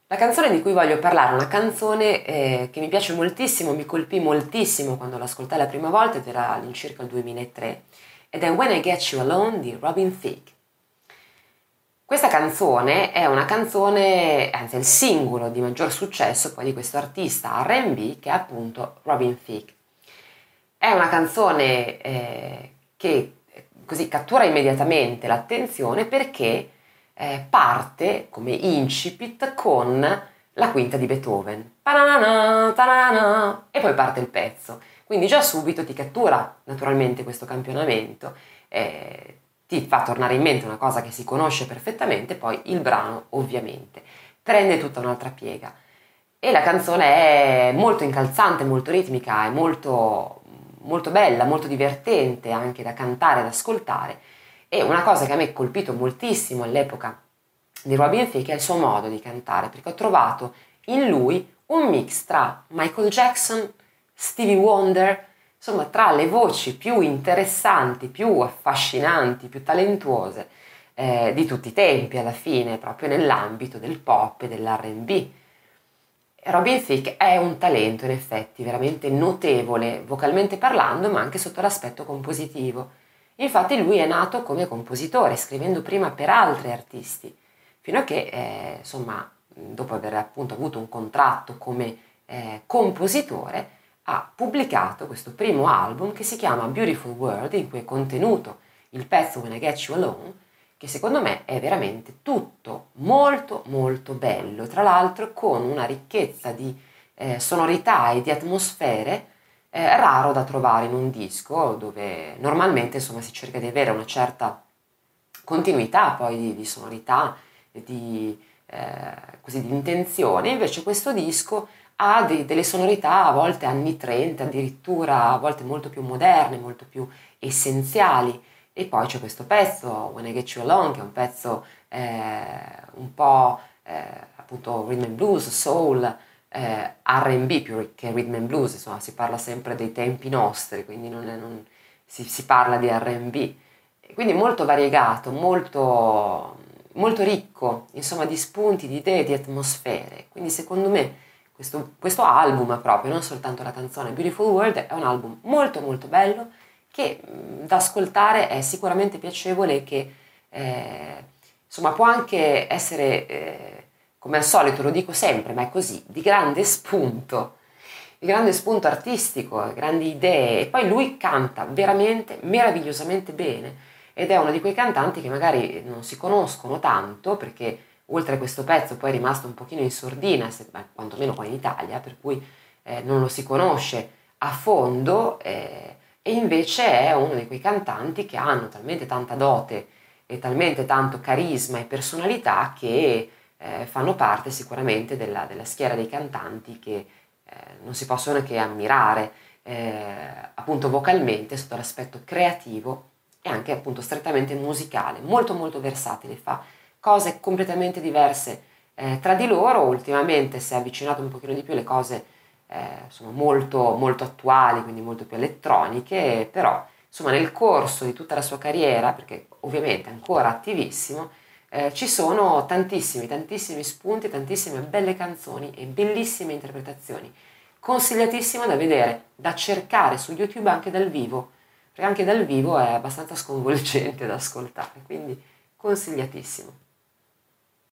La canzone di cui voglio parlare è una canzone che mi piace moltissimo, mi colpì moltissimo quando l'ascoltai la prima volta, ed era all'incirca il 2003, ed è When I Get You Alone di Robin Thicke. Questa canzone è una canzone, anzi è il singolo di maggior successo poi di questo artista R&B che è appunto Robin Thicke. È una canzone che così cattura immediatamente l'attenzione perché parte come incipit con la quinta di Beethoven. Pa-na-na-na, ta-na-na, e poi parte il pezzo. Quindi già subito ti cattura naturalmente questo campionamento, ti fa tornare in mente una cosa che si conosce perfettamente, poi il brano ovviamente prende tutta un'altra piega. E la canzone è molto incalzante, molto ritmica, è molto, molto bella, molto divertente anche da cantare, da ascoltare. E una cosa che a me ha colpito moltissimo all'epoca di Robin Thicke è il suo modo di cantare, perché ho trovato in lui un mix tra Michael Jackson, Stevie Wonder, insomma tra le voci più interessanti, più affascinanti, più talentuose di tutti i tempi alla fine, proprio nell'ambito del pop e dell'R&B. Robin Thicke è un talento in effetti veramente notevole vocalmente parlando, ma anche sotto l'aspetto compositivo. Infatti lui è nato come compositore, scrivendo prima per altri artisti, fino a che insomma dopo aver appunto avuto un contratto come compositore ha pubblicato questo primo album che si chiama Beautiful World, in cui è contenuto il pezzo When I Get You Alone, che secondo me è veramente tutto molto molto bello, tra l'altro con una ricchezza di sonorità e di atmosfere raro da trovare in un disco dove normalmente insomma si cerca di avere una certa continuità poi di sonorità, così, di intenzione. Invece questo disco ha delle sonorità a volte anni 30, addirittura a volte molto più moderne, molto più essenziali. E poi c'è questo pezzo, When I Get You Alone, che è un pezzo un po' appunto rhythm and blues, soul, R&B più che rhythm and blues, insomma si parla sempre dei tempi nostri, quindi si parla di R&B. Quindi molto variegato, molto, molto ricco, insomma di spunti, di idee, di atmosfere. Quindi secondo me questo album proprio, non soltanto la canzone Beautiful World, è un album molto molto bello, che da ascoltare è sicuramente piacevole e che insomma può anche essere, come al solito lo dico sempre, ma è così, di grande spunto artistico, grandi idee, e poi lui canta veramente meravigliosamente bene ed è uno di quei cantanti che magari non si conoscono tanto perché oltre a questo pezzo poi è rimasto un pochino in sordina, quantomeno qua in Italia, per cui non lo si conosce a fondo, e invece è uno di quei cantanti che hanno talmente tanta dote e talmente tanto carisma e personalità che fanno parte sicuramente della schiera dei cantanti che non si possono che ammirare appunto vocalmente sotto l'aspetto creativo e anche appunto strettamente musicale, molto molto versatile, fa cose completamente diverse tra di loro. Ultimamente si è avvicinato un pochino di più alle cose sono molto, molto attuali, quindi molto più elettroniche, però insomma nel corso di tutta la sua carriera, perché ovviamente è ancora attivissimo, ci sono tantissimi spunti, tantissime belle canzoni e bellissime interpretazioni, consigliatissimo da vedere, da cercare su YouTube anche dal vivo, perché anche dal vivo è abbastanza sconvolgente da ascoltare, quindi consigliatissimo.